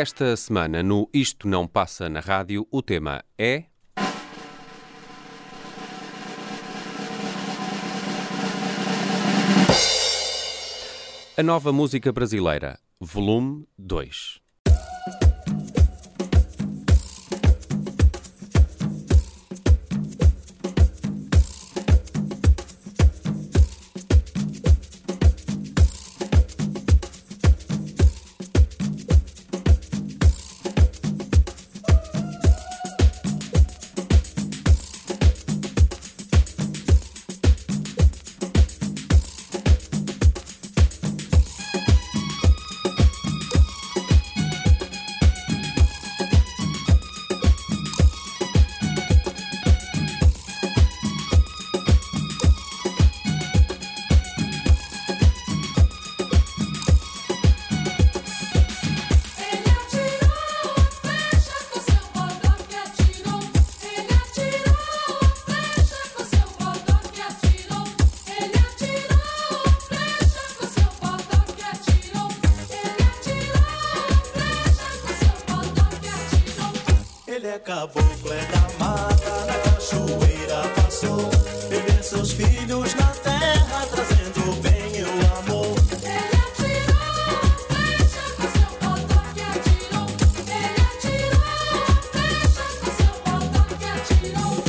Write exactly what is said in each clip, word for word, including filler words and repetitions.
Esta semana, no Isto Não Passa na Rádio, o tema é... A nova música brasileira, volume dois. Ele é caboclo, é da mata, na cachoeira passou. Ele vê seus filhos na terra, trazendo bem e o amor. Ele atirou, flecha com seu codó que atirou. Ele atirou, flecha com seu codó que atirou.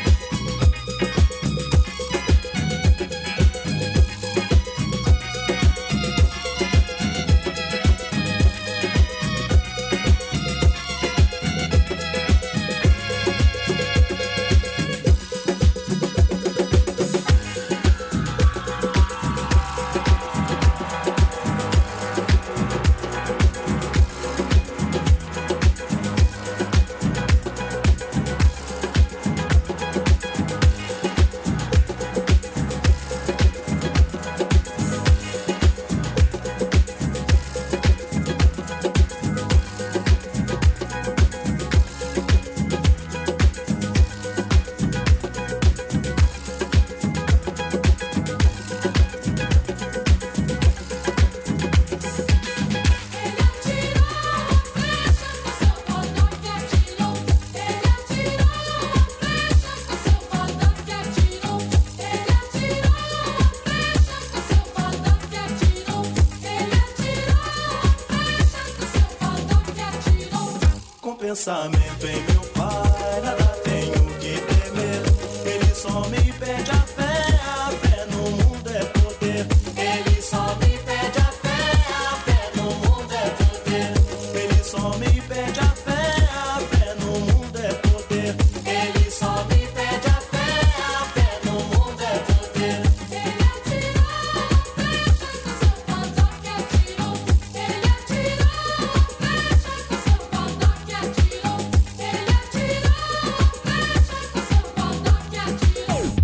Pensamento em meu pai, nada tenho que temer. Ele só me pede a fé, a fé no mundo é poder. Ele só me pede a fé, a fé no mundo é poder. Ele só me pede a fé, a fé no mundo é poder. Ele só me pede a fé, a fé no mundo é poder. Ele atirou, flecha com seu codó que atirou. Ele atirou, flecha com seu codó que atirou. Ele atirou, flecha com seu codó que atirou.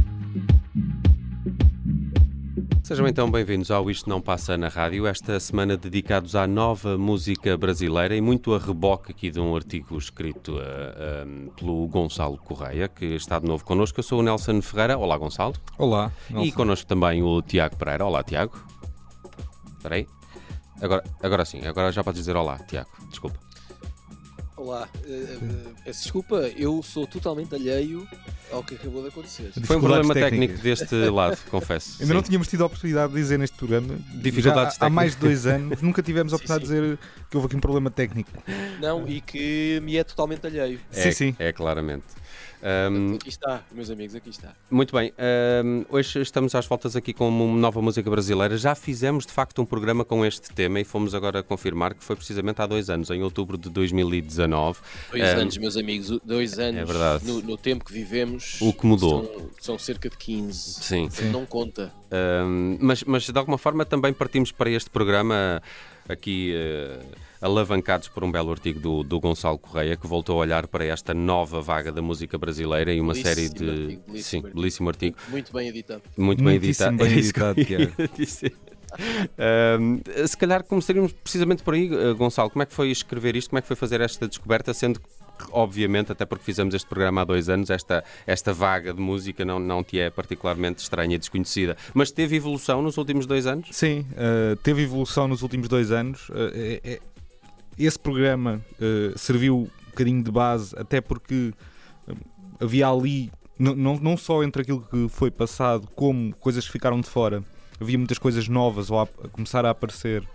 Sejam então bem-vindos ao Isto Não Passa na Rádio, esta semana dedicados à nova música brasileira e muito a reboque aqui de um artigo escrito uh, um, pelo Gonçalo Correia, que está de novo connosco. Eu sou o Nelson Ferreira. Olá, Gonçalo. Olá, E connosco também o Tiago Pereira. Olá, Tiago. Espera aí. Agora, agora sim, agora já podes dizer olá, Tiago. Desculpa. Olá, uh, uh, peço desculpa, eu sou totalmente alheio ao que acabou de acontecer. Foi um problema técnico deste lado, confesso. Ainda Sim. não tínhamos tido a oportunidade de dizer neste programa. Dificuldades Já há técnicas. mais de dois anos, nunca tivemos a Sim, oportunidade de dizer que houve aqui um problema técnico. Não, e que me é totalmente alheio. É, Sim, sim. é claramente. Um, Aqui está, meus amigos, aqui está. muito bem, um, hoje estamos às voltas aqui com uma nova música brasileira. Já fizemos de facto um programa com este tema e fomos agora confirmar que foi precisamente há dois anos, em outubro de dois mil e dezanove. Dois Um, anos, meus amigos, dois anos. É verdade. No, no tempo que vivemos. O que mudou. São, são cerca de quinze. Sim. Não conta. Um, mas, mas de alguma forma também partimos para este programa aqui uh, alavancados por um belo artigo do, do Gonçalo Correia, que voltou a olhar para esta nova vaga da música brasileira e uma Belíssimo série de... artigo, belíssimo Sim, artigo. belíssimo artigo. Muito bem editado. Muito bem Muitíssimo editado. bem É isso que eu editado, Tiago. ia dizer. Um, se calhar começaríamos precisamente por aí, uh, Gonçalo. Como é que foi escrever isto? Como é que foi fazer esta descoberta? Sendo que, obviamente, até porque fizemos este programa há dois anos, esta, esta vaga de música não, não te é particularmente estranha e desconhecida. Mas teve evolução nos últimos dois anos? Sim, uh, teve evolução nos últimos dois anos. Uh, é, é, esse programa uh, serviu um bocadinho de base, até porque uh, havia ali, n- não, não só entre aquilo que foi passado, como coisas que ficaram de fora, havia muitas coisas novas ou a, a começar a aparecer,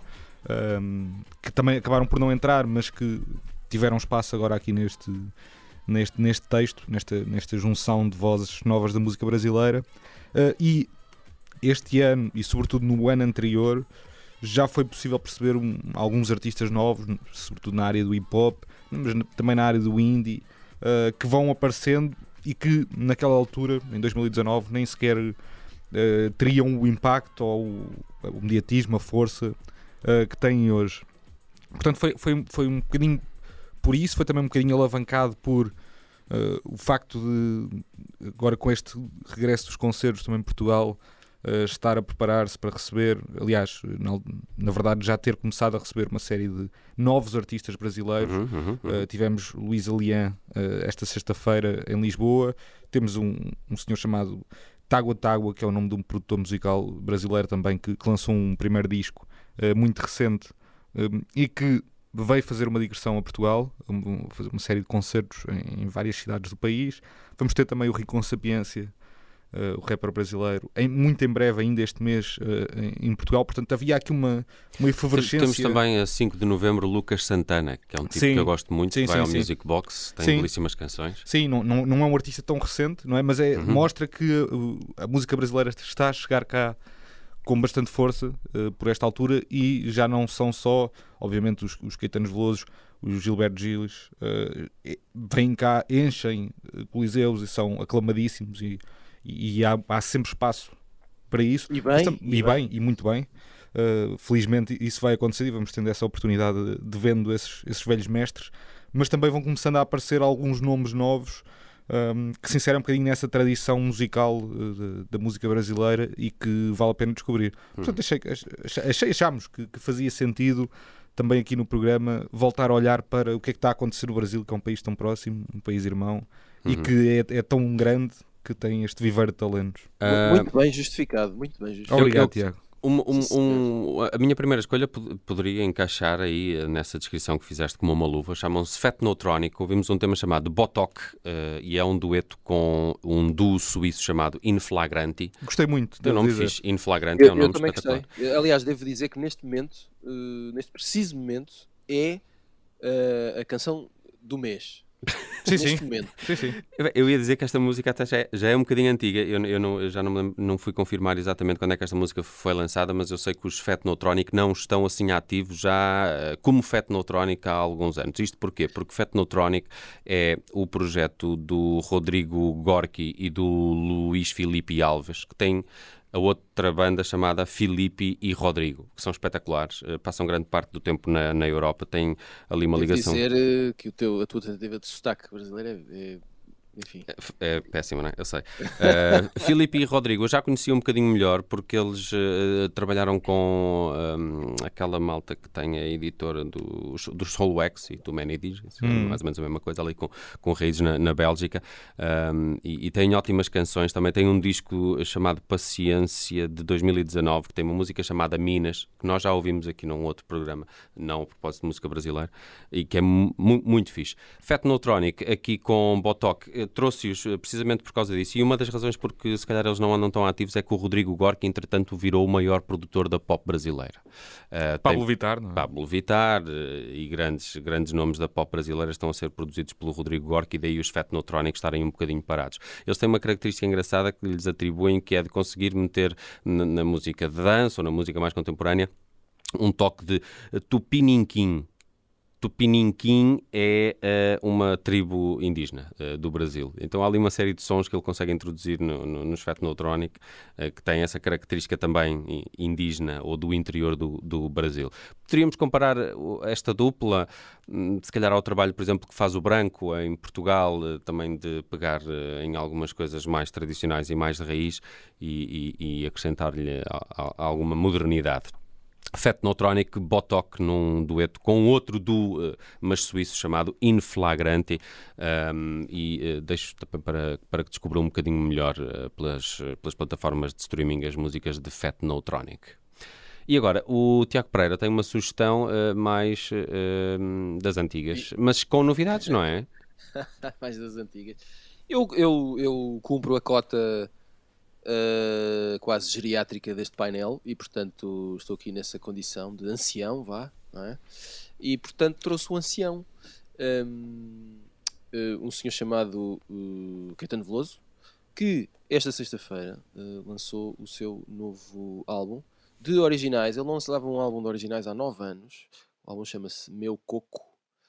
um, que também acabaram por não entrar, mas que tiveram espaço agora aqui neste, neste, neste texto, nesta, nesta junção de vozes novas da música brasileira. Uh, e este ano, e sobretudo no ano anterior, já foi possível perceber um, alguns artistas novos, sobretudo na área do hip-hop, mas também na área do indie, uh, que vão aparecendo e que naquela altura, em dois mil e dezanove, nem sequer uh, teriam o impacto ou o, o mediatismo, a força uh, que têm hoje. Portanto, foi, foi, foi um bocadinho por isso, foi também um bocadinho alavancado por uh, o facto de, agora com este regresso dos concertos também em Portugal, Uh, estar a preparar-se para receber, aliás, na, na verdade já ter começado a receber uma série de novos artistas brasileiros. Uhum, uhum, uhum. Uh, tivemos Luís Alian uh, esta sexta-feira em Lisboa, temos um, um senhor chamado Tágua Tágua, que é o nome de um produtor musical brasileiro também, que, que lançou um primeiro disco uh, muito recente um, e que veio fazer uma digressão a Portugal, um, fazer uma série de concertos em, em várias cidades do país. Vamos ter também o Rincon Sapiência, Uh, o rapper brasileiro, em, muito em breve, ainda este mês, uh, em, em Portugal. Portanto, havia aqui uma, uma efervescência. Temos também a cinco de novembro Lucas Santana, que é um tipo Sim. que eu gosto muito, Sim, que vai sim, ao sim. Music Box, tem Sim. belíssimas canções. Sim, não, não, não é um artista tão recente, não é? Mas é, Uhum. mostra que uh, a música brasileira está a chegar cá com bastante força uh, por esta altura, e já não são só, obviamente, os, os Caetanos Veloso, os Gilberto Giles, uh, vêm cá, enchem uh, coliseus e são aclamadíssimos, e e há, há sempre espaço para isso. E bem, Mas tam- e e bem. bem, e muito bem. Uh, felizmente isso vai acontecer e vamos tendo essa oportunidade de, de vendo esses, esses velhos mestres, mas também vão começando a aparecer alguns nomes novos um, que se inserem um bocadinho nessa tradição musical uh, de- da música brasileira e que vale a pena descobrir. Portanto, achei, que- achei, achei- achámos que, que fazia sentido também aqui no programa voltar a olhar para o que é que está a acontecer no Brasil, que é um país tão próximo, um país irmão, e Uhum. que é, é tão grande, que tem este viveiro de talentos. Ah, Muito bem justificado, muito bem justificado. Obrigado, eu- Tiago. Um- um- Sim, um- a minha primeira escolha pod- poderia encaixar aí eh, nessa descrição que fizeste como uma luva. Chamam-se Fetnotronic. Ouvimos um tema chamado Botok eh, e é um dueto com um duo suíço chamado Inflagranti. Gostei muito. Eu devo não me dizer. fiz. Inflagranti é Eu, um eu nome também espetacular. gostei. Aliás, devo dizer que neste momento, eh, neste preciso momento, é eh, a canção do mês. Sim, neste sim. momento. sim, sim. Eu- Eu ia dizer que esta música até já é, já é um bocadinho antiga. Eu, eu não, eu já não, me lembro- não fui confirmar exatamente quando é que esta música foi lançada, mas eu sei que os Fetnotronic não estão assim ativos já eh, como Fetnotronic há alguns anos. Isto porquê? Porque Fetnotronic é o projeto do Rodrigo Gorki e do Luís Filipe Alves, que tem a outra banda chamada Filipe e Rodrigo, que são espetaculares, eh, passam grande parte do tempo na, na Europa, têm ali uma Devo ligação... dizer eh, que o teu, a tua tentativa de sotaque brasileiro é, é- enfim. É péssimo, não é? Eu sei. Uh, Filipe e Rodrigo, eu já conhecia um bocadinho melhor porque eles uh, trabalharam com um, aquela malta que tem a editora do, do Soulwax e do Many D Js, Hum. mais ou menos a mesma coisa ali com, com raízes na, na Bélgica, um, e, e têm ótimas canções. Também tem um disco chamado Paciência de dois mil e dezanove, que tem uma música chamada Minas, que nós já ouvimos aqui num outro programa, não a propósito de música brasileira, e que é mu muito fixe. Fetnotronic, aqui com Botok, eh, trouxe-os eh, precisamente por causa disso, e uma das razões porque se calhar eles não andam tão ativos é que o Rodrigo Gorki, entretanto, virou o maior produtor da pop brasileira. Uh, Pablo tem- Vittar, não é? Pablo Vittar eh, e grandes, grandes nomes da pop brasileira estão a ser produzidos pelo Rodrigo Gorki, e daí os Fetnotronic estarem um bocadinho parados. Eles têm uma característica engraçada que lhes atribuem, que é de conseguir meter na, na música de dança ou na música mais contemporânea um toque de eh, tupininquim. Tupininquim é eh, uma tribo indígena eh, do Brasil. Então há ali uma série de sons que ele consegue introduzir no, no, nos Fetnotronic, eh, que tem essa característica também i- indígena ou do interior do, do Brasil. Poderíamos comparar eh, o- esta dupla, hum, se calhar ao trabalho, por exemplo, que faz o Branco em Portugal, eh, também de pegar eh, em algumas coisas mais tradicionais e mais de raiz e, e- e acrescentar-lhe a- a- alguma modernidade. Fetnotronic, Botok num dueto com outro duo, eh, mas suíço, chamado Inflagranti, um, e eh, deixo também para, para que descubram um bocadinho melhor eh, pelas, eh, pelas plataformas de streaming as músicas de Fetnotronic. E agora, o Tiago Pereira tem uma sugestão eh, mais eh, das antigas, mas com novidades, não é? Mais das antigas. Eu, eu, eu cumpro a cota uh, quase geriátrica deste painel e, portanto, estou aqui nessa condição de ancião, vá, não é? E, portanto, trouxe um ancião, um, uh, um senhor chamado uh, Caetano Veloso, que esta sexta-feira uh, lançou o seu novo álbum de originais. Ele não lançava um álbum de originais há nove anos. O álbum chama-se Meu Coco.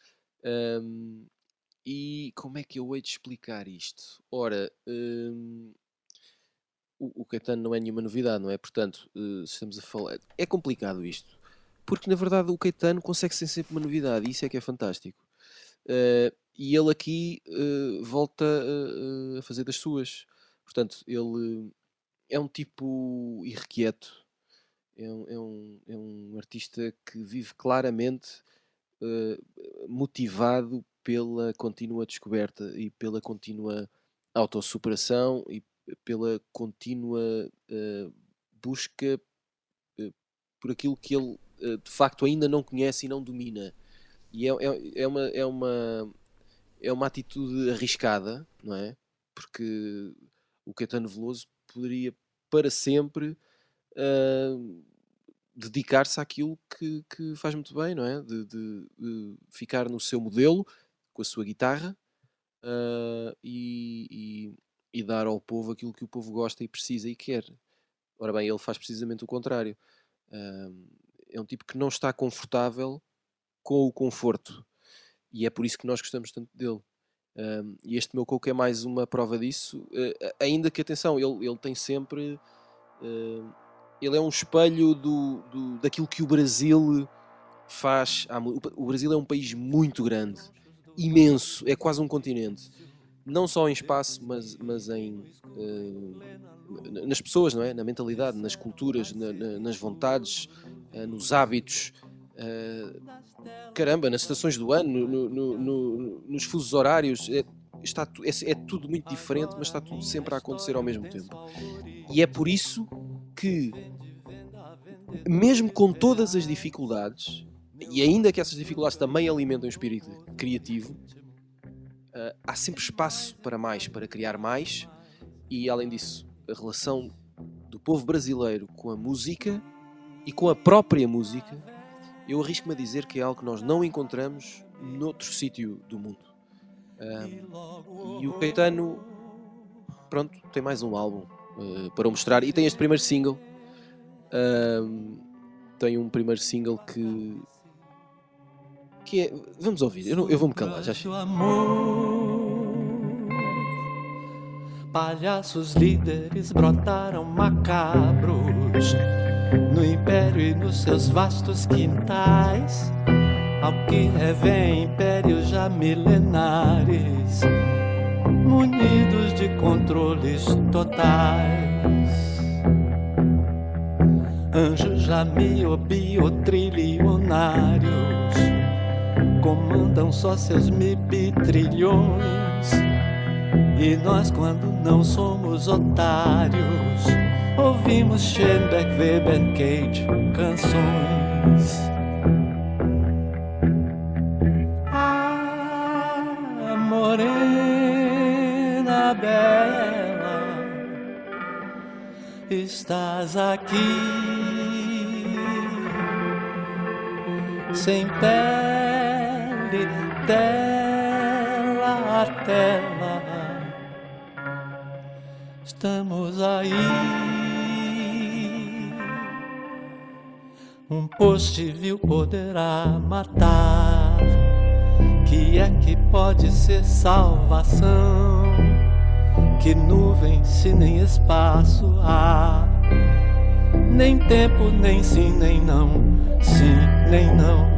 Um, e como é que eu hei de explicar isto? Ora, um, o, o Caetano não é nenhuma novidade, não é? Portanto, uh, se estamos a falar... É complicado isto. Porque, na verdade, o Caetano consegue ser sempre uma novidade. E isso é que é fantástico. Uh, e ele aqui uh, volta uh, a fazer das suas. Portanto, ele é um tipo irrequieto, é um, é um, é um artista que vive claramente uh, motivado pela contínua descoberta e pela contínua autossuperação e pela contínua uh, busca uh, por aquilo que ele uh, de facto ainda não conhece e não domina. E é, é, é, uma, é, uma, é uma atitude arriscada, não é? Porque o Caetano Veloso poderia para sempre uh, dedicar-se àquilo que, que faz muito bem, não é? De, de, de ficar no seu modelo, com a sua guitarra uh, e, e, e dar ao povo aquilo que o povo gosta e precisa e quer. Ora bem, ele faz precisamente o contrário. Uh, é um tipo que não está confortável com o conforto e é por isso que nós gostamos tanto dele. Um, e este Meu Coco é mais uma prova disso, uh, ainda que, atenção, ele, ele tem sempre uh, ele é um espelho do, do, daquilo que o Brasil faz. O Brasil é um país muito grande, imenso, é quase um continente, não só em espaço, mas, mas em uh, nas pessoas, não é? Na mentalidade, nas culturas, na, na, nas vontades, uh, nos hábitos, uh, caramba, nas estações do ano, no, no, no, nos fusos horários, é, está, é, é tudo muito diferente, mas está tudo sempre a acontecer ao mesmo tempo. E é por isso que, mesmo com todas as dificuldades, e ainda que essas dificuldades também alimentem o espírito criativo, uh, há sempre espaço para mais, para criar mais, e além disso, a relação do povo brasileiro com a música e com a própria música, eu arrisco-me a dizer que é algo que nós não encontramos noutro sítio do mundo. Um, e o Caetano, pronto, tem mais um álbum uh, para mostrar. E tem este primeiro single. Um, tem um primeiro single que... que é... Vamos ouvir, eu, não, eu vou-me calar, já chego. Palhaços líderes brotaram macabros no império e nos seus vastos quintais, ao que revém impérios já milenares, munidos de controles totais. Anjos já miobio-trilionários comandam só seus mibitrilhões, e nós, quando não somos otários, ouvimos Schoenberg, Weber, Cage, canções. Ah, morena bela, estás aqui, sem pele, tela a tela. Estamos aí. Um post vil poderá matar. Que é que pode ser salvação? Que nuvem se nem espaço há? Nem tempo, nem sim, nem não. Sim, nem não.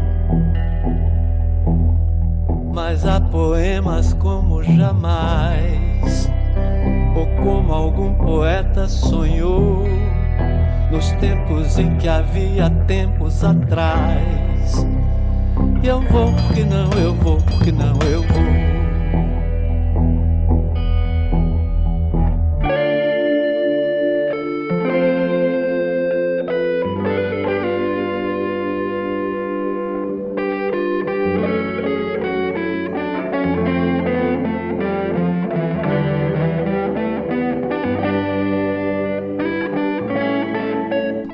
Mas há poemas como jamais, ou como algum poeta sonhou, nos tempos em que havia tempos atrás. E eu vou porque não, eu vou porque não, eu vou.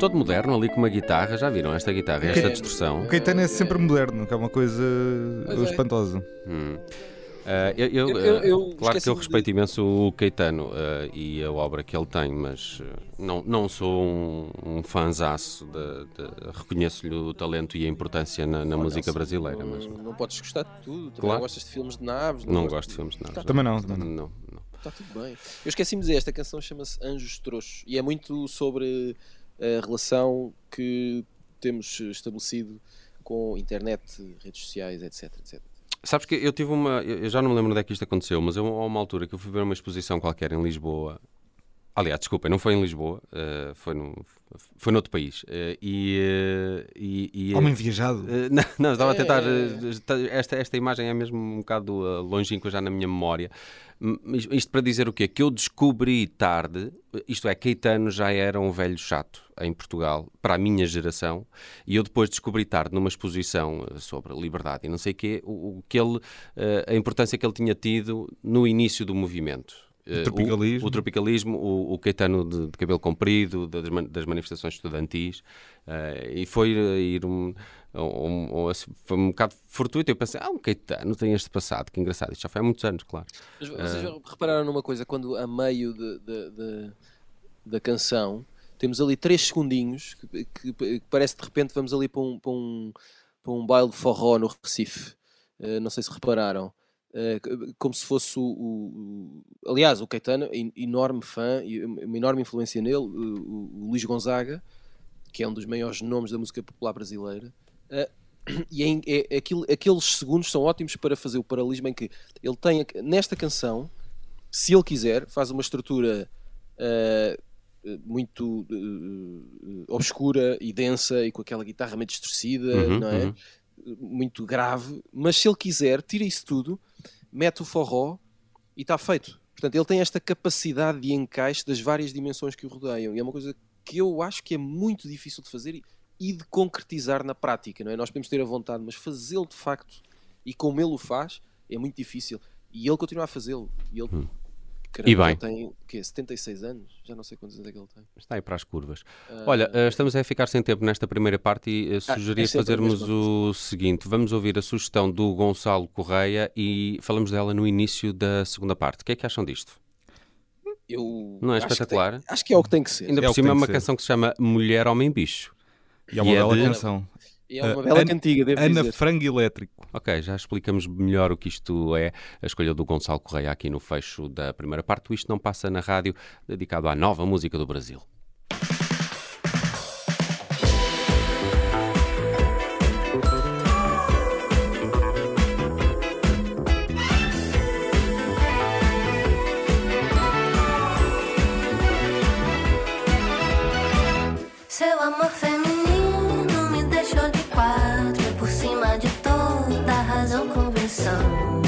todo moderno, ali com uma guitarra. Já viram esta guitarra, esta É. distorção? O Caetano é sempre moderno, que é uma coisa Pois é. espantosa. Hum. Ah, eu, eu, Eu- eu- ah, eu claro que eu esqueci-me respeito de- imenso o Caetano ah, e a obra que ele tem, mas ah, não, não sou um, um fanzaço de, de- reconheço-lhe o talento e a importância na, na Olha, música Nelson, brasileira, não, mas não podes gostar de tudo. Também Claro. não gostas de filmes de naves. não gostas gosto de filmes de nada. Também não, também não. Não, não. Está tudo bem. Eu esqueci-me de dizer, esta canção chama-se Anjos Trouxos e é muito sobre a relação que temos estabelecido com internet, redes sociais, etc, etcétera. Sabes que eu tive uma. Eu eu já não me lembro onde é que isto aconteceu, mas eu, a uma altura que eu fui ver uma exposição qualquer em Lisboa. Aliás, desculpem, não foi em Lisboa, eh, foi, no, foi noutro país. eh, e, eh, e, e, Homem viajado. eh, não, não, estava a tentar. É. eh, esta- Esta, esta imagem é mesmo um bocado uh, longínqua já na minha memória. Mas isto para dizer o quê? Que eu descobri tarde, isto é, Caetano já era um velho chato em Portugal, para a minha geração, e eu depois descobri tarde numa exposição eh, sobre liberdade e não sei o quê, o, o que ele, eh, a importância que ele tinha tido no início do movimento. Eh, tropicalismo. O, o tropicalismo, o, o Caetano de, de cabelo comprido, das, man- das manifestações estudantis, eh, e foi eh, ir um, um, um, assim, foi um bocado fortuito. Eu pensei, ah, um Caetano tem este passado, que engraçado. Isto já foi há muitos anos, claro. Mas vocês já repararam numa coisa, quando a meio de- de- de- da canção temos ali três segundinhos que, que- que parece de repente vamos ali para um, para um, para um baile de forró no Recife. Eh, não sei se repararam. Eh, como se fosse o, o- o- aliás, o Caetano, en- enorme fã e uma enorme influência nele, o, o- o Luís Gonzaga, que é um dos maiores nomes da música popular brasileira. eh, e é, é- aquilo- aqueles segundos são ótimos para fazer o paralelismo em que ele tem a- nesta canção, se ele quiser, faz uma estrutura eh, muito eh, obscura e densa e com aquela guitarra meio distorcida, Uhum, não é? uhum. Muito grave, mas se ele quiser, tira isso tudo, mete o forró e está feito. Portanto, ele tem esta capacidade de encaixe das várias dimensões que o rodeiam e é uma coisa que eu acho que é muito difícil de fazer e, e de concretizar na prática, não é? Nós podemos ter a vontade, mas fazê-lo de facto e como ele o faz é muito difícil e ele continua a fazê-lo e ele, caramba, E bem. ele tem o quê? setenta e seis anos? Já não sei quantos anos é que ele tem. Está aí para as curvas. Ah, Olha, eh, estamos a ficar sem tempo nesta primeira parte e eh, sugeria é sempre a fazermos mesma o seguinte. Vamos ouvir a sugestão do Gonçalo Correia e falamos dela no início da segunda parte. O que é que acham disto? eu Não é acho que espetacular? tem- Acho que é o que tem que ser. Ainda É por o que cima é tem que uma ser. canção que se chama Mulher, Homem, Bicho. E é uma E é bela de- canção. E é uma Uh, bela Ana- cantiga, devo Ana dizer. Frango Elétrico. Ok, já explicamos melhor o que isto é. A escolha do Gonçalo Correia aqui no fecho da primeira parte. O Isto Não Passa na Rádio, dedicado à nova música do Brasil. Seu amor feminino me deixou de quatro e por cima de toda a razão convenção.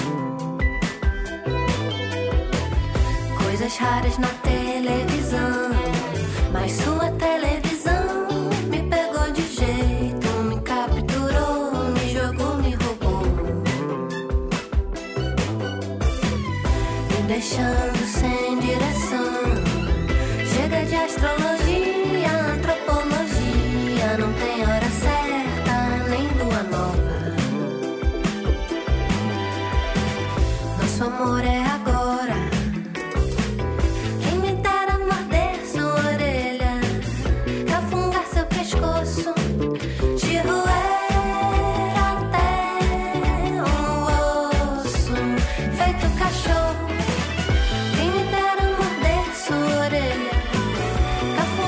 Coisas raras na televisão, mas sua televisão me pegou de jeito, me capturou, me jogou, me roubou, me deixando sem direção. Chega de astrologia, antropologia, não tem hora certa, nem lua nova. Nosso amor é agora. Quem me dera morder sua orelha, cafungar seu pescoço, te roer até o osso, feito cachorro. Quem me dera morder sua orelha,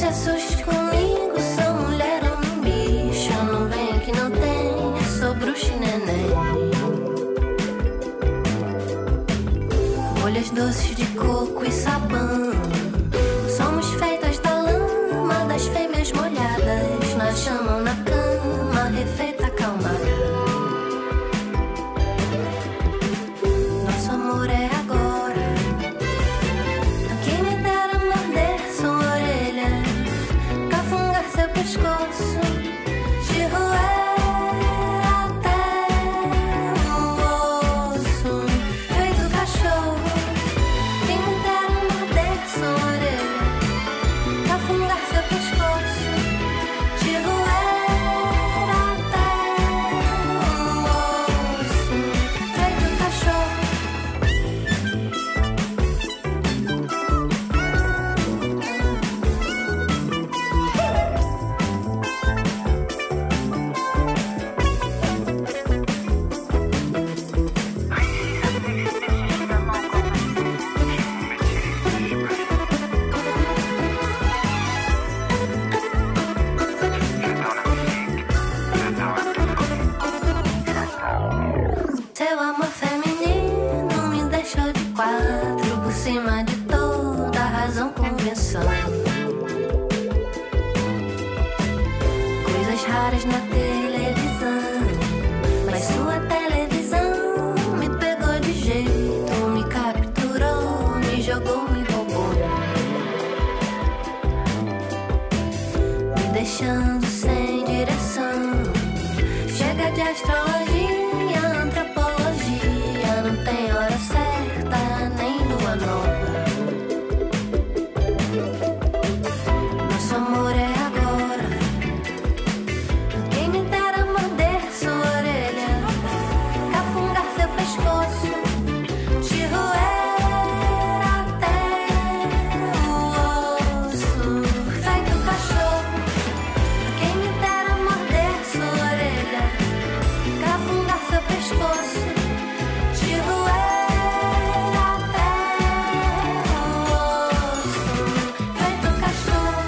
te assustes comigo, sou mulher ou um bicho. Não vem que não tem, sou bruxa e neném. Bolhas doces de coco e sabão. Somos feitas da lama das fêmeas molhadas. Nós chamam na cama, refeita acalmada. Nosso amor é agora. Quem me dera morder sua orelha, cafungar seu pescoço, de roer até o osso, feito cachorro. Quem me dera morder sua orelha, cafungar seu pescoço, de roer até o osso, feito cachorro. Teu amor feminino me deixou de quatro, por cima de toda a razão, convenção. Coisas raras na televisão, mas sua televisão me pegou de jeito, me capturou, me jogou, me roubou, me deixando sem direção. Chega de astrologia, antropologia, não tem hora certa, nem lua nova. Nosso amor é agora. Quem me dera morder sua orelha, cafungar seu pescoço, te roer até o osso, feito cachorro. Quem me dera morder sua orelha, cafungar seu pescoço, te roer até o osso, feito cachorro.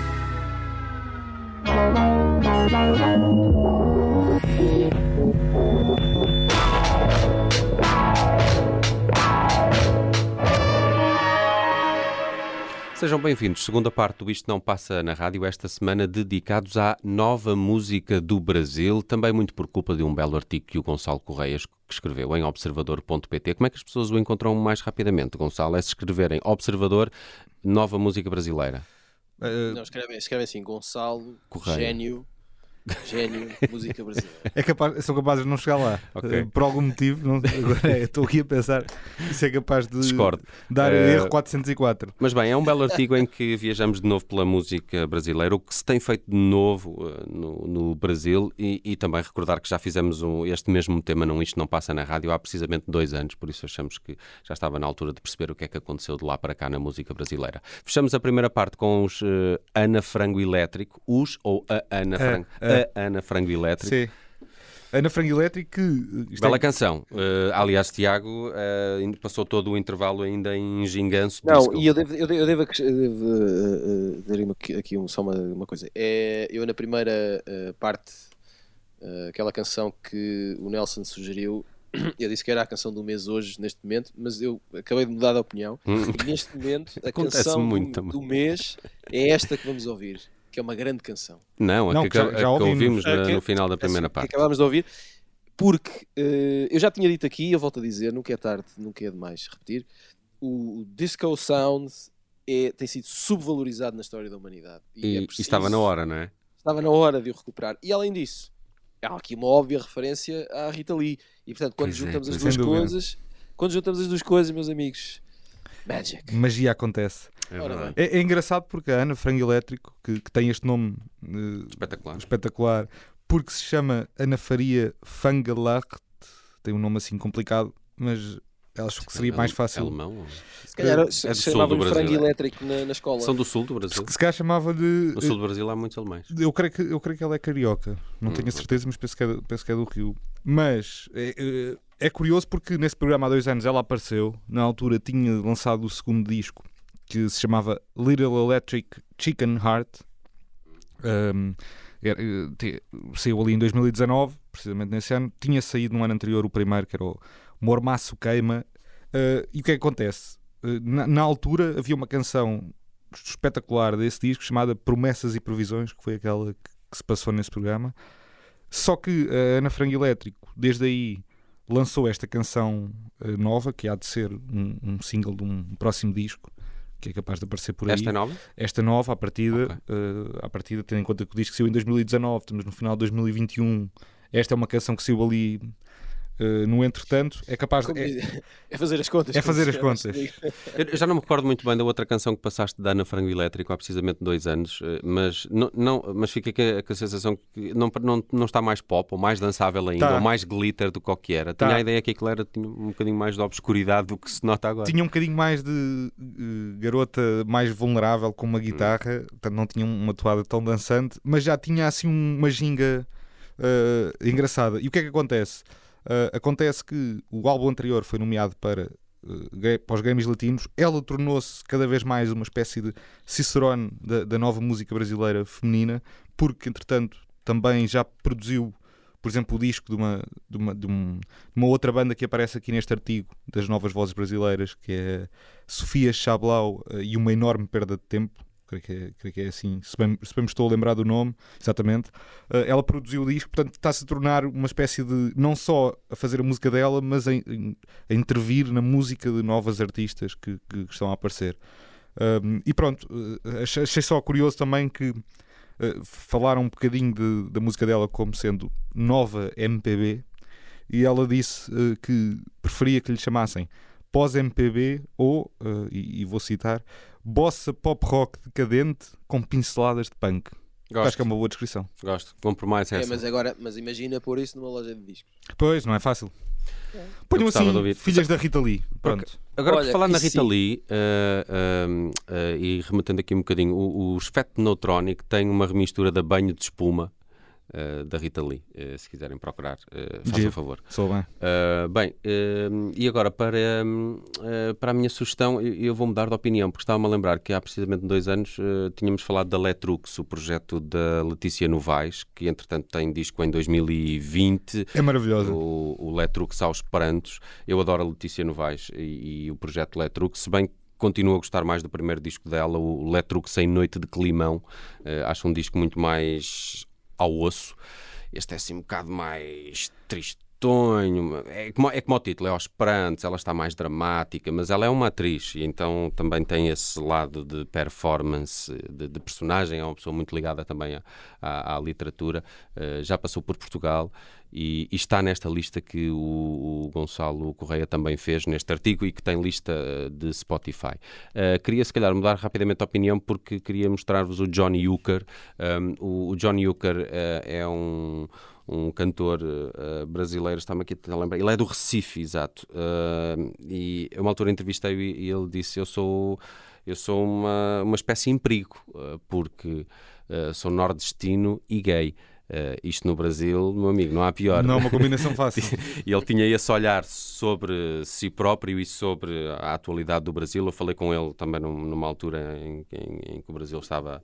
Sejam bem-vindos. Segunda parte do Isto Não Passa na Rádio, esta semana dedicados à nova música do Brasil, também muito por culpa de um belo artigo que o Gonçalo Correias que escreveu em observador ponto pt. Como é que as pessoas o encontram mais rapidamente, Gonçalo? É se escreverem Observador, nova música brasileira. Eh, Não, escrevem, escrevem assim, Gonçalo, Correia. gênio, gênio, música brasileira. É capaz, são capazes de não chegar lá. Ok. Eh, por algum motivo, não, agora é, estou aqui a pensar, isso é capaz de Discordo. dar Eh, erro quatrocentos e quatro. Mas bem, é um belo artigo em que viajamos de novo pela música brasileira, o que se tem feito de novo uh, no, no Brasil e, e também recordar que já fizemos um- este mesmo tema num Isto Não Passa na Rádio há precisamente dois anos, por isso achamos que já estava na altura de perceber o que é que aconteceu de lá para cá na música brasileira. Fechamos a primeira parte com os uh, Ana Frango Elétrico, os ou a Ana A, Frango, a. a Ana Frango Elétrico. Sim. Ana Frango Elétrico, que eh, isto Bela é- canção. Uh, aliás, Tiago uh, ainda passou todo o intervalo ainda em ginganço. Não, disco. e eu devo, eu devo, eu devo, ac- eu devo uh, uh, dar aqui, aqui um- só uma, uma coisa. É, eu na primeira uh, parte, uh, aquela canção que o Nelson sugeriu, eu disse que era a canção do mês hoje, neste momento, mas eu acabei de mudar de opinião. Hum. E neste momento, a Acontece canção muito do, também. do mês é esta que vamos ouvir, que é uma grande canção. Não, a Não, que, que já- a que já ouvimos. ouvimos na- A que- no final da primeira Essa que parte. acabámos de ouvir, porque eh, eu já tinha dito aqui, eu volto a dizer, nunca é tarde, nunca é demais repetir, o disco sound é, tem sido subvalorizado na história da humanidade. E, é e preciso- estava na hora, não é? Estava na hora de o recuperar. E além disso, há aqui uma óbvia referência à Rita Lee. E portanto, quando Pois é, juntamos as sem duas dúvida. coisas, quando juntamos as duas coisas, meus amigos, magic. magia acontece. É Ora verdade. É, é engraçado porque a Ana Frango Elétrico, que, que tem este nome eh, Espetacular. espetacular, porque se chama Ana Faria Fangelart, tem um nome assim complicado, mas ela achou que seria mais fácil. Alemão? ou- Se calhar É do se sul chamava-lhe do frango Brasil, é. elétrico na, na escola. São do sul do Brasil. Se calhar chamava-lhe. No sul do Brasil há muitos alemães. Eu creio, que, eu creio que ela é carioca, não Hum, tenho a ok. certeza, mas penso que, é, penso que é do Rio. Mas é, é- é curioso porque nesse programa há dois anos ela apareceu, na altura tinha lançado o segundo disco, que se chamava Little Electric Chicken Heart. Um, era, te, saiu ali em dois mil e dezanove, precisamente nesse ano. Tinha saído no ano anterior o primeiro, que era o Mormaço Queima. Uh, e o que é que acontece? Uh, na, na altura havia uma canção espetacular desse disco chamada Promessas e Previsões, que foi aquela que, que se passou nesse programa. Só que a Ana Frango Elétrico, desde aí, lançou esta canção uh, nova, que há de ser um, um single de um próximo disco, que é capaz de aparecer por aí. Esta é nova? Esta nova, à partida, Ok. uh, à partida, tendo em conta que o disco saiu em dois mil e dezanove, estamos no final de dois mil e vinte e um, esta é uma canção que saiu ali uh, no entretanto, é capaz de... Como É, diz- é fazer as contas. é fazer como as se contas. diga. Eu já não me recordo muito bem da outra canção que passaste da Ana Frango Elétrico há precisamente dois anos, eh, mas, não, não, mas fica com a, com a sensação que não, não, não está mais pop, ou mais dançável ainda, Tá. ou mais glitter do que o que era. Tá. Tinha a ideia que aquilo era, tinha um bocadinho mais de obscuridade do que se nota agora. tinha um bocadinho mais de uh, garota mais vulnerável com uma guitarra, portanto não tinha uma toada tão dançante, mas já tinha assim uma ginga uh, engraçada. E o que é que acontece? Uh, acontece que o álbum anterior foi nomeado para, uh, Gra- para os Grammys Latinos. Ela tornou-se cada vez mais uma espécie de Cicerone da, da nova música brasileira feminina, porque entretanto também já produziu, por exemplo, o disco de uma, de uma, de um- de uma outra banda que aparece aqui neste artigo das novas vozes brasileiras, que é Sofia Chablau uh, e Uma Enorme Perda de Tempo. Creio que é, creio que é assim, se bem, se bem me estou a lembrar do nome, exatamente. Uh, ela produziu o disco, portanto está-se a tornar uma espécie de, não só a fazer a música dela, mas a, a intervir na música de novas artistas que, que estão a aparecer. Um, e pronto, uh, achei, achei só curioso também que uh, falaram um bocadinho de- da música dela como sendo nova M P B, e ela disse uh, que preferia que lhe chamassem pós-M P B ou, uh, e, e vou citar, bossa pop rock decadente com pinceladas de punk. Gosto, Acho que é uma boa descrição. gosto. Compro mais É, essa. mas agora, mas imagina pôr isso numa loja de discos. Pois, não é fácil. Eu Ponham gostava de assim, ouvir. filhas da Rita Lee. Pronto. Agora, Olha, por falar na isso Rita sim. Lee, eh, eh, eh, e remetendo aqui um bocadinho, o- os Fat Neutronic têm uma remistura da Banho de Espuma eh, da Rita Lee. Eh, se quiserem procurar, eh, façam Giro. favor. Sou bem. Uh, bem, uh, e agora para, um, uh, para a minha sugestão, eu, eu vou mudar de opinião, porque estava-me a lembrar que há precisamente dois anos uh, tínhamos falado da Letrux, o projeto da Letícia Novaes, que entretanto tem disco em dois mil e vinte, É maravilhosa. o, o Letrux aos prantos. Eu adoro a Letícia Novaes e, e o projeto Letrux, se bem que continuo a gostar mais do primeiro disco dela, o Letrux em Noite de Climão. Uh, acho um disco muito mais ao osso. Este é assim um bocado mais tristonho, é como, é como o título, é aos prantos, ela está mais dramática, mas ela é uma atriz e então também tem esse lado de performance, de, de personagem, é uma pessoa muito ligada também à, à, à literatura, uh, já passou por Portugal e, e está nesta lista que o, o Gonçalo Correia também fez neste artigo e que tem lista uh, de Spotify. Uh, queria se calhar mudar rapidamente a opinião porque queria mostrar-vos o Johnny Hooker. Um, o, o Johnny Hooker uh, é um um cantor uh, brasileiro, está-me aqui a lembrar, ele é do Recife, exato, uh, e a uma altura entrevistei-o e, e ele disse, eu sou, eu sou uma, uma espécie em perigo, uh, porque uh, sou nordestino e gay. Uh, isto no Brasil, meu amigo, não há pior. Não é uma combinação fácil. E ele tinha esse olhar sobre si próprio e sobre a atualidade do Brasil. Eu falei com ele também num- numa altura em, em- em que o Brasil estava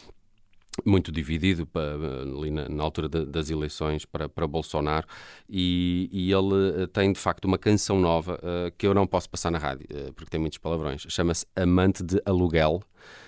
muito dividido pa- ali na, na altura da- das eleições para, para Bolsonaro e, e ele eh, tem de facto uma canção nova eh, que eu não posso passar na rádio eh, porque tem muitos palavrões, chama-se Amante de Aluguel.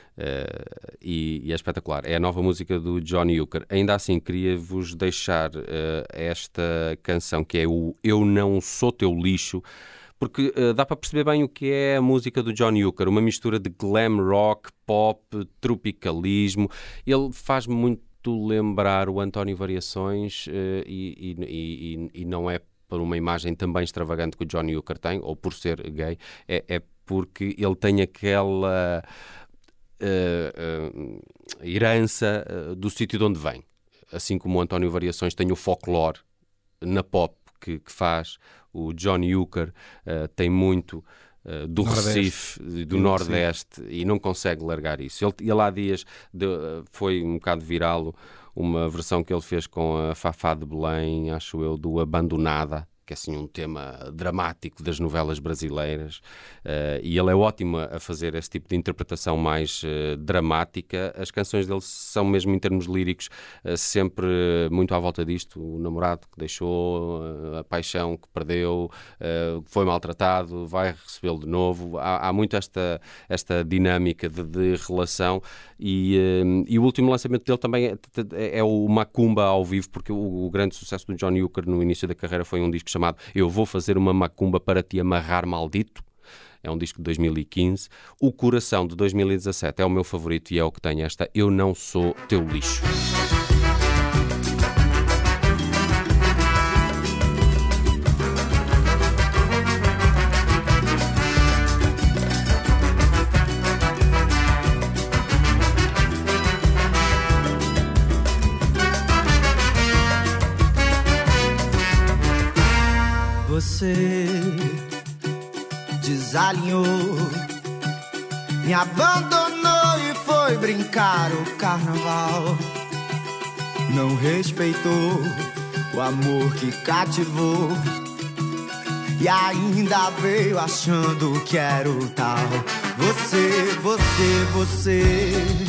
Uh, e, e é espetacular. É a nova música do Johnny Hooker. Ainda assim, queria-vos deixar uh, esta canção que é o Eu Não Sou Teu Lixo, porque uh, dá para perceber bem o que é a música do Johnny Hooker, uma mistura de glam rock, pop, tropicalismo. Ele faz-me muito lembrar o António Variações uh, e, e, e, e não é por uma imagem também extravagante que o Johnny Hooker tem, ou por ser gay, é, é porque ele tem aquela Uh, uh, herança uh, do sítio de onde vem. Assim como o António Variações tem o folclore na pop que, que faz, o Johnny Hooker uh, tem muito uh, do Nordeste. Recife, do Do Nordeste, e não consegue largar isso. Ele, ele há dias de, uh, foi um bocado viral uma versão que ele fez com a Fafá de Belém, acho eu, do Abandonada. que é assim um tema dramático das novelas brasileiras, uh, e ele é ótimo a fazer esse tipo de interpretação mais uh, dramática. As canções dele são mesmo em termos líricos uh, sempre muito à volta disto: o namorado que deixou, uh, a paixão que perdeu, uh, foi maltratado, vai recebê-lo de novo. Há, há muito esta, esta dinâmica de, de relação, e, uh, e o último lançamento dele também é, é o Macumba ao vivo, porque o, o grande sucesso do Johnny Hooker no início da carreira foi um disco chamado Eu Vou Fazer Uma Macumba Para Te Amarrar, Maldito. É um disco de dois mil e quinze. O Coração, de dois mil e dezassete, é o meu favorito e é o que tem esta Eu Não Sou Teu Lixo. Você desalinhou, me abandonou e foi brincar o carnaval. Não respeitou o amor que cativou e ainda veio achando que era o tal. Você, você, você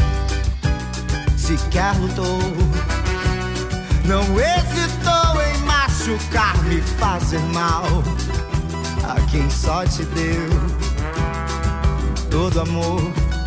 sequer lutou, não hesitou em machucar-me, fazer mal a quem só te deu todo amor.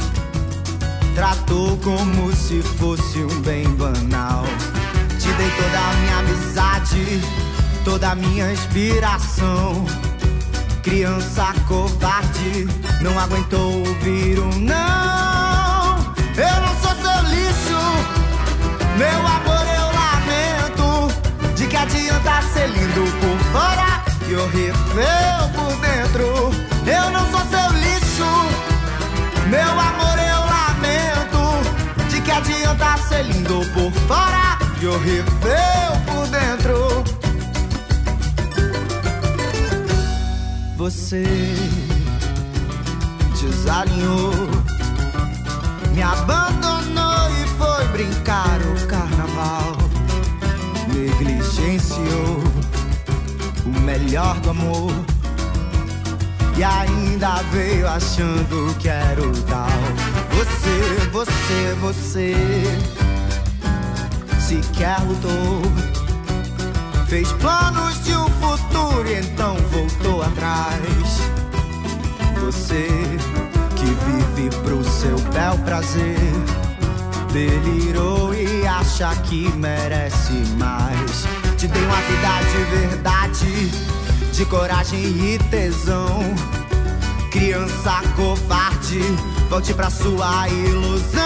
Tratou como se fosse um bem banal. Te dei toda a minha amizade, toda a minha inspiração. Criança covarde, não aguentou ouvir um não. Eu não sou seu lixo, meu amor, eu lamento. De que adianta ser lindo por fora e horrível por dentro? Eu não sou seu lixo, meu amor, eu lamento. De que adianta ser lindo por fora e horrível por dentro? Você desalinhou, me abandonou e foi brincar o carnaval. Negligenciou o melhor do amor e ainda veio achando que era o tal. Você, você, você sequer lutou, fez planos de um futuro e então voltou atrás. Você que vive pro seu bel prazer, delirou e acha que merece mais. Te dei uma vida de verdade, de coragem e tesão. Criança covarde, volte pra sua ilusão.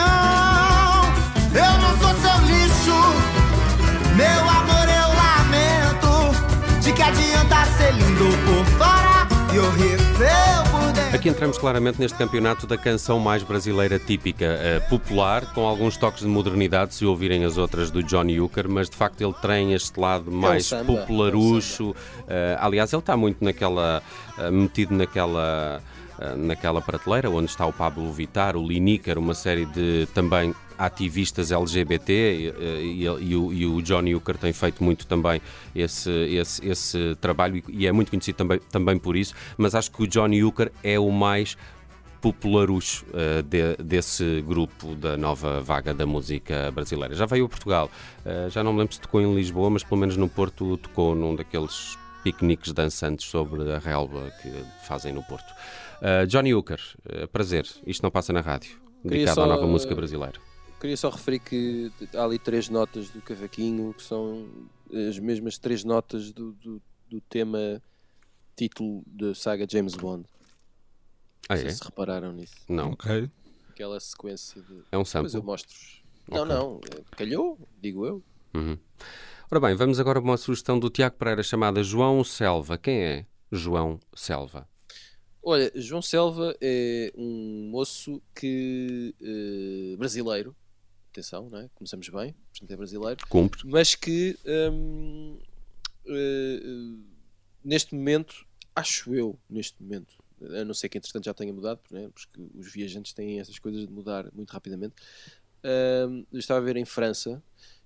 Eu não sou seu lixo, meu amor, eu lamento. De que adianta ser lindo por fora e horrível por dentro? Aqui entramos claramente neste campeonato da canção mais brasileira típica, uh, popular, com alguns toques de modernidade, se ouvirem as outras do Johnny Hooker, mas de facto ele tem este lado mais samba, é um popularucho. Uh, aliás, ele está muito naquela, uh, metido naquela, uh, naquela prateleira onde está o Pablo Vittar, o Lineker, uma série de também ativistas L G B T, e, e, e, o, e o Johnny Hooker tem feito muito também esse, esse, esse trabalho e é muito conhecido também, também por isso, mas acho que o Johnny Hooker é o mais popularucho uh, de, desse grupo da nova vaga da música brasileira. Já veio a Portugal, uh, já não me lembro se tocou em Lisboa, mas pelo menos no Porto tocou num daqueles piqueniques dançantes sobre a relva que fazem no Porto. Uh, Johnny Hooker, uh, prazer, isto não passa na rádio, dedicado só, à nova música brasileira. Queria só referir que há ali três notas do cavaquinho que são as mesmas três notas do, do, do tema título da saga James Bond. Ah, Não sei é? se repararam nisso. Não. Ok. Aquela sequência de... É um Depois sample? eu mostro-vos. Não, Ok. não. Calhou, digo eu. Uhum. Ora bem, vamos agora a uma sugestão do Tiago Pereira chamada João Selva. Quem é João Selva? Olha, João Selva é um moço que... eh, brasileiro. Atenção, não é? Começamos bem. Portanto é brasileiro. Cumpre. Mas que hum, eh, neste momento, acho eu, neste momento, a não ser que entretanto já tenha mudado, né? Porque os viajantes têm essas coisas de mudar muito rapidamente. Hum, eu estava a ver em França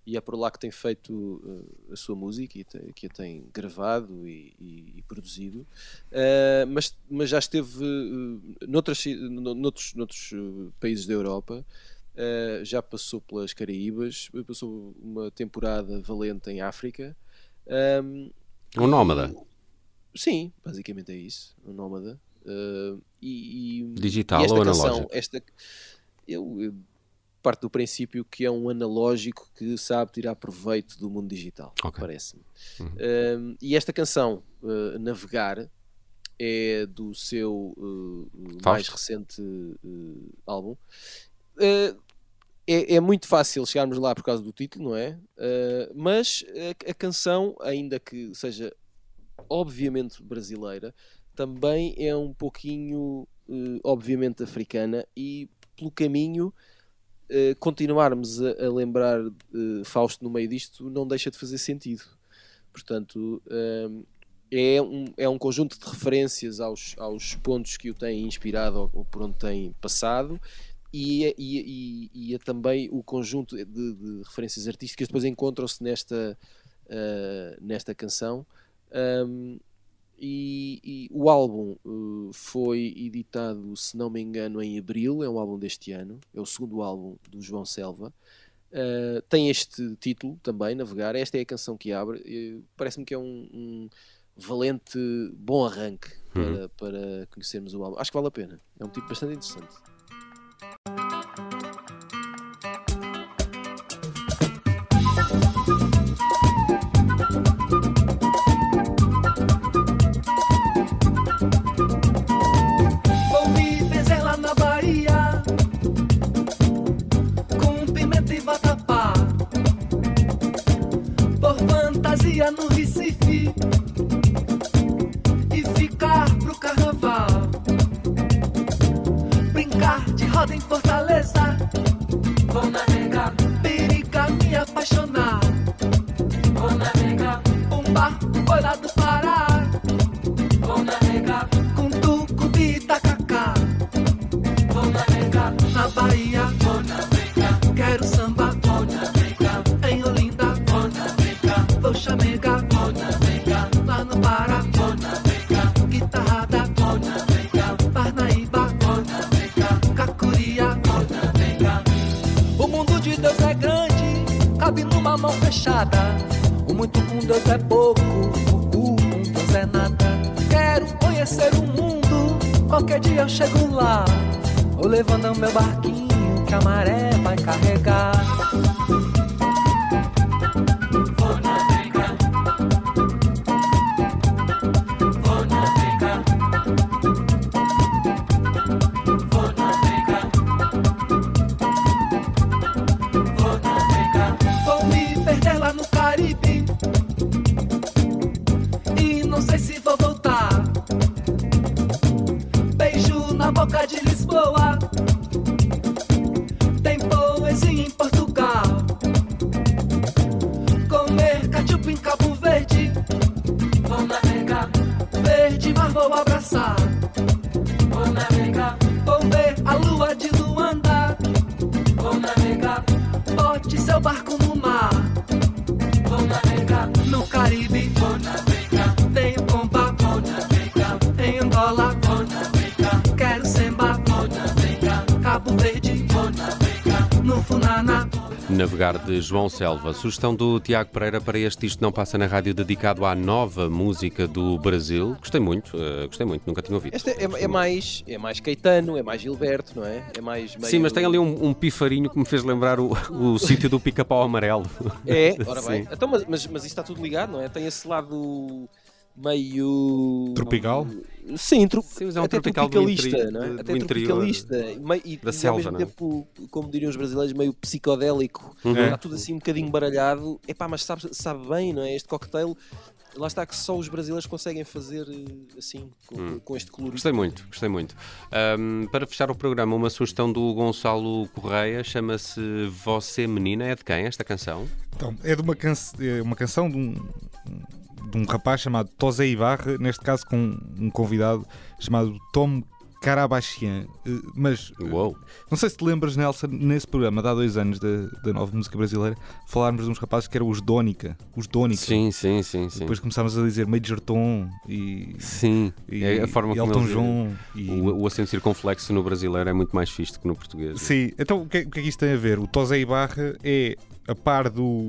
e é por lá que tem feito uh, a sua música e te, que a tem gravado e, e, e produzido, uh, mas, mas já esteve uh, noutras, noutros, noutros uh, países da Europa, uh, já passou pelas Caraíbas, passou uma temporada valente em África. Um, Um nómada. e- sim, basicamente é isso, um nómada. Uh, e, e- Digital e esta ou canção, analógico? esta, eu, eu parto do princípio que é um analógico que sabe tirar proveito do mundo digital, Ok. parece-me. Uhum. Um, e esta canção, uh, Navegar, é do seu uh, mais Fausto? recente uh, álbum. Uh, é, é muito fácil chegarmos lá por causa do título, não é? Uh, mas a, a canção, ainda que seja obviamente brasileira, também é um pouquinho, uh, obviamente, africana, e pelo caminho, uh, continuarmos a, a lembrar uh, Fausto no meio disto não deixa de fazer sentido. Portanto, um, é, um, é um conjunto de referências aos, aos pontos que o têm inspirado ou, ou por onde tem passado, e, é- e, e, e é também o conjunto de, de referências artísticas que depois encontram-se nesta, uh, nesta canção. Um, e, e o álbum uh, foi editado, se não me engano, em abril. É um álbum deste ano, é o segundo álbum do João Selva. Uh, tem este título também, Navegar. Esta é a canção que abre. Uh, parece-me que é um, um valente bom arranque para, para conhecermos o álbum. Acho que vale a pena, é um tipo bastante interessante. Vou me benzer lá na Bahia com pimenta e vatapá. Por fantasia no Recife e ficar pro carnaval. Brincar de roda em Fortaleza. Vou navegar, periga me apaixonar. Vou navegar, um bar, boi lá do Pará. Vou navegar com tucupi e tacacá. Vou navegar na Bahia. Vou navegar, quero samba. Vou navegar em Olinda. Vou navegar, vou chamegar. Vou navegar lá no Pará. Vou navegar, guitarrada. Vou navegar, Parnaíba. Vou navegar, Cacuria. Vou navegar. O mundo de Deus é grande, cabe numa mão fechada. O muito com Deus é pouco, o pouco com Deus é nada. Quero conhecer o mundo, qualquer dia eu chego lá. Vou levando meu barquinho que a maré vai carregar. Vou navegar, vou navegar, vou navegar, vou navegar. Vou me perder lá no Caribe e não sei se vou voltar. Beijo na boca de Lisboa, tem poesia em Portugal. Comer cachupa em Cabo Verde, vou navegar, verde mar vou abraçar. Vou navegar, vou ver a lua de Luanda. Vou navegar, bote seu barco no mar. Vou navegar no Caribe. Vou navegar, tenho comba. Vou navegar em Angola. Vou navegar, quero semba. Vou navegar, Cabo Verde. Vou navegar no Funana. Navegar, de João Selva. Sugestão do Tiago Pereira para este Isto Não Passa na Rádio, dedicado à nova música do Brasil. Gostei muito, uh, gostei muito, nunca tinha ouvido. Este é, é mais, é mais Caetano, é mais Gilberto, não é? É mais meio- Sim, mas tem ali um, um pifarinho que me fez lembrar o, o sítio do Pica-Pau Amarelo. É, ora bem. Sim. Então, mas, mas, mas isso está tudo ligado, não é? Tem esse lado meio... Tropical? Sim, tro... Sim, mas é um até tropical do tropicalista, interi- não é? do Até interior, tropicalista. Meio, e, da e selva, ao mesmo não é? tempo, como diriam os brasileiros, meio psicodélico. Uhum. Está tudo assim um bocadinho baralhado. Epá, mas sabe, sabe bem, não é? Este cocktail, lá está que só os brasileiros conseguem fazer eh, assim, com, Hum. com este colorido. Gostei muito, gostei muito. Ahm, para fechar o programa, uma sugestão do Gonçalo Correia, chama-se Você Menina. É de quem esta canção? Então, é de uma, can é uma canção de um, de um rapaz chamado Tosé Ibarra, neste caso com um convidado chamado Tom Karabachian. Eh, Mas eh, Uou. não sei se te lembras, Nelson, nesse programa de há dois anos da, da nova música brasileira, falarmos de uns rapazes que eram os Dónica. Os Dónica. Sim, sim, sim, sim. Depois começámos a dizer Major Tom e, Sim, e, é a forma e como Elton eles- John. E... O, o acento circunflexo no brasileiro é muito mais fixe do que no português. Sim, então o que, é, o que é que isto tem a ver? O Tosé Ibarra é a par do,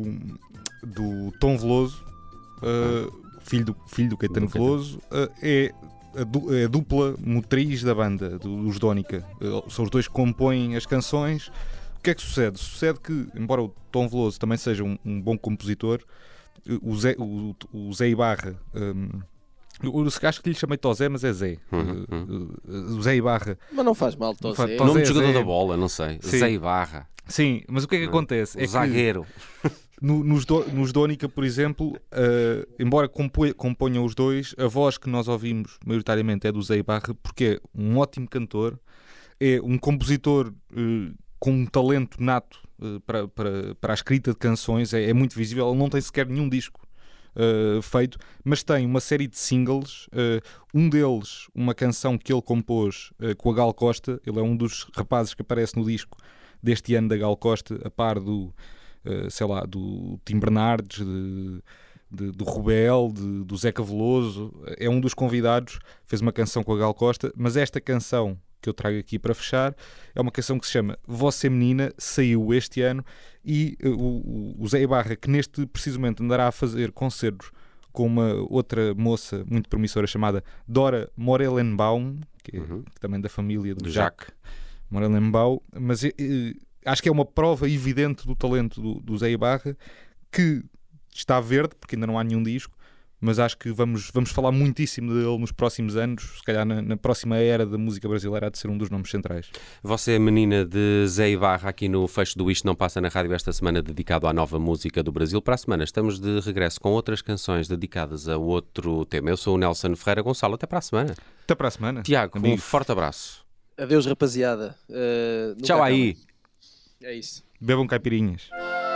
do Tom Veloso, uh, filho, do, filho do Caetano Do Caetano. Veloso, uh, é, a du- é a dupla motriz da banda, do- dos Dónica. Uh, são os dois que compõem as canções. O que é que sucede? Sucede que, embora o Tom Veloso também seja um, um bom compositor, uh, o Zé, o, o Zé Ibarra. Um, eu acho que lhe chamei Tosé, mas é Zé. Uhum, Uh, uh, o Zé Ibarra. Mas não faz mal, Tosé. Faz- Nome Zé, de jogador Zé. da bola, não sei. Sim. Zé Ibarra. Sim, mas o que é que acontece? O É que zagueiro. no- nos, do, nos Dónica, por exemplo, eh, embora compo- componham os dois, a voz que nós ouvimos maioritariamente é do Zé Ibarra, porque é um ótimo cantor, é um compositor eh, com um talento nato eh, para, para, para a escrita de canções, é, é muito visível. Ele não tem sequer nenhum disco eh, feito, mas tem uma série de singles, eh, um deles, uma canção que ele compôs eh, com a Gal Costa. Ele é um dos rapazes que aparece no disco deste ano da Gal Costa, a par do, eh, sei lá, do Tim Bernardes, de, de- do Rubel, de- do Zeca Veloso. É um dos convidados, fez uma canção com a Gal Costa, mas esta canção que eu trago aqui para fechar é uma canção que se chama Você Menina, saiu este ano, e eh, o, o Zé Ibarra, que neste precisamente andará a fazer concertos com uma outra moça muito promissora chamada Dora Morelenbaum, que é Uhum. também da família do, Do Jacques Morelenbaum, mas eh, eh, acho que é uma prova evidente do talento do, do Zé Ibarra, que está verde, porque ainda não há nenhum disco, mas acho que vamos, vamos falar muitíssimo dele nos próximos anos. Se calhar na, na próxima era da música brasileira há de ser um dos nomes centrais. Você é menina de Zé Ibarra aqui no fecho do Isto Não Passa na Rádio esta semana, dedicado à nova música do Brasil. Para a semana estamos de regresso com outras canções dedicadas a outro tema. Eu sou o Nelson Ferreira. Gonçalo, até para a semana. Até para a semana. Tiago, um amigos. forte abraço. Adeus, rapaziada. Uh, nunca Tchau acaba. aí. É isso. Bebam caipirinhas.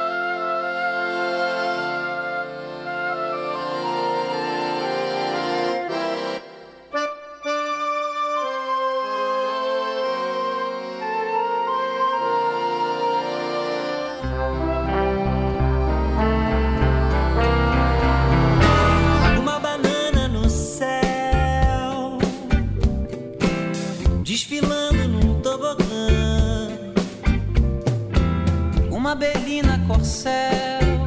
Uma banana no céu, desfilando num tobogã. Uma belina corcel,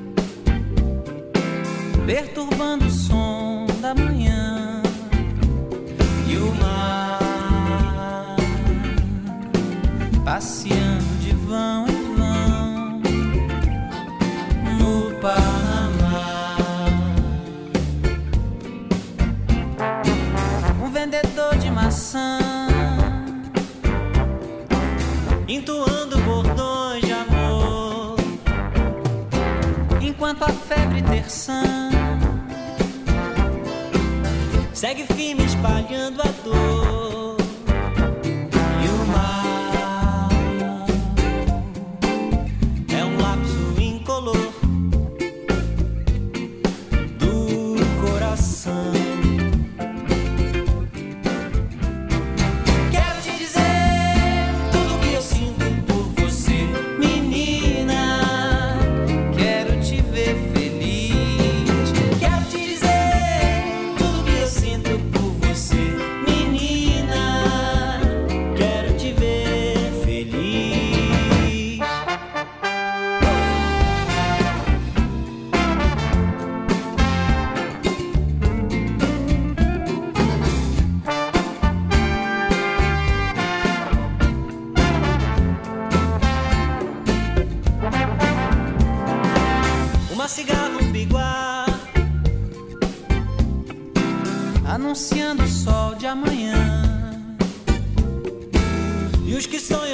perturbando o som da manhã. E o mar, passeando de vão em vão no Panamá. Um vendedor de maçã, entoando bordões de amor, enquanto a febre terçã segue firme espalhando a dor. E o mar é um lapso incolor do coração. Quero te dizer tudo que eu sinto por você, menina. Quero te ver feliz. Quero te dizer tudo que eu sinto por você, menina. Quero te ver feliz. Uma cigarra, um biguá, anunciando o sol de amanhã. E os que sonham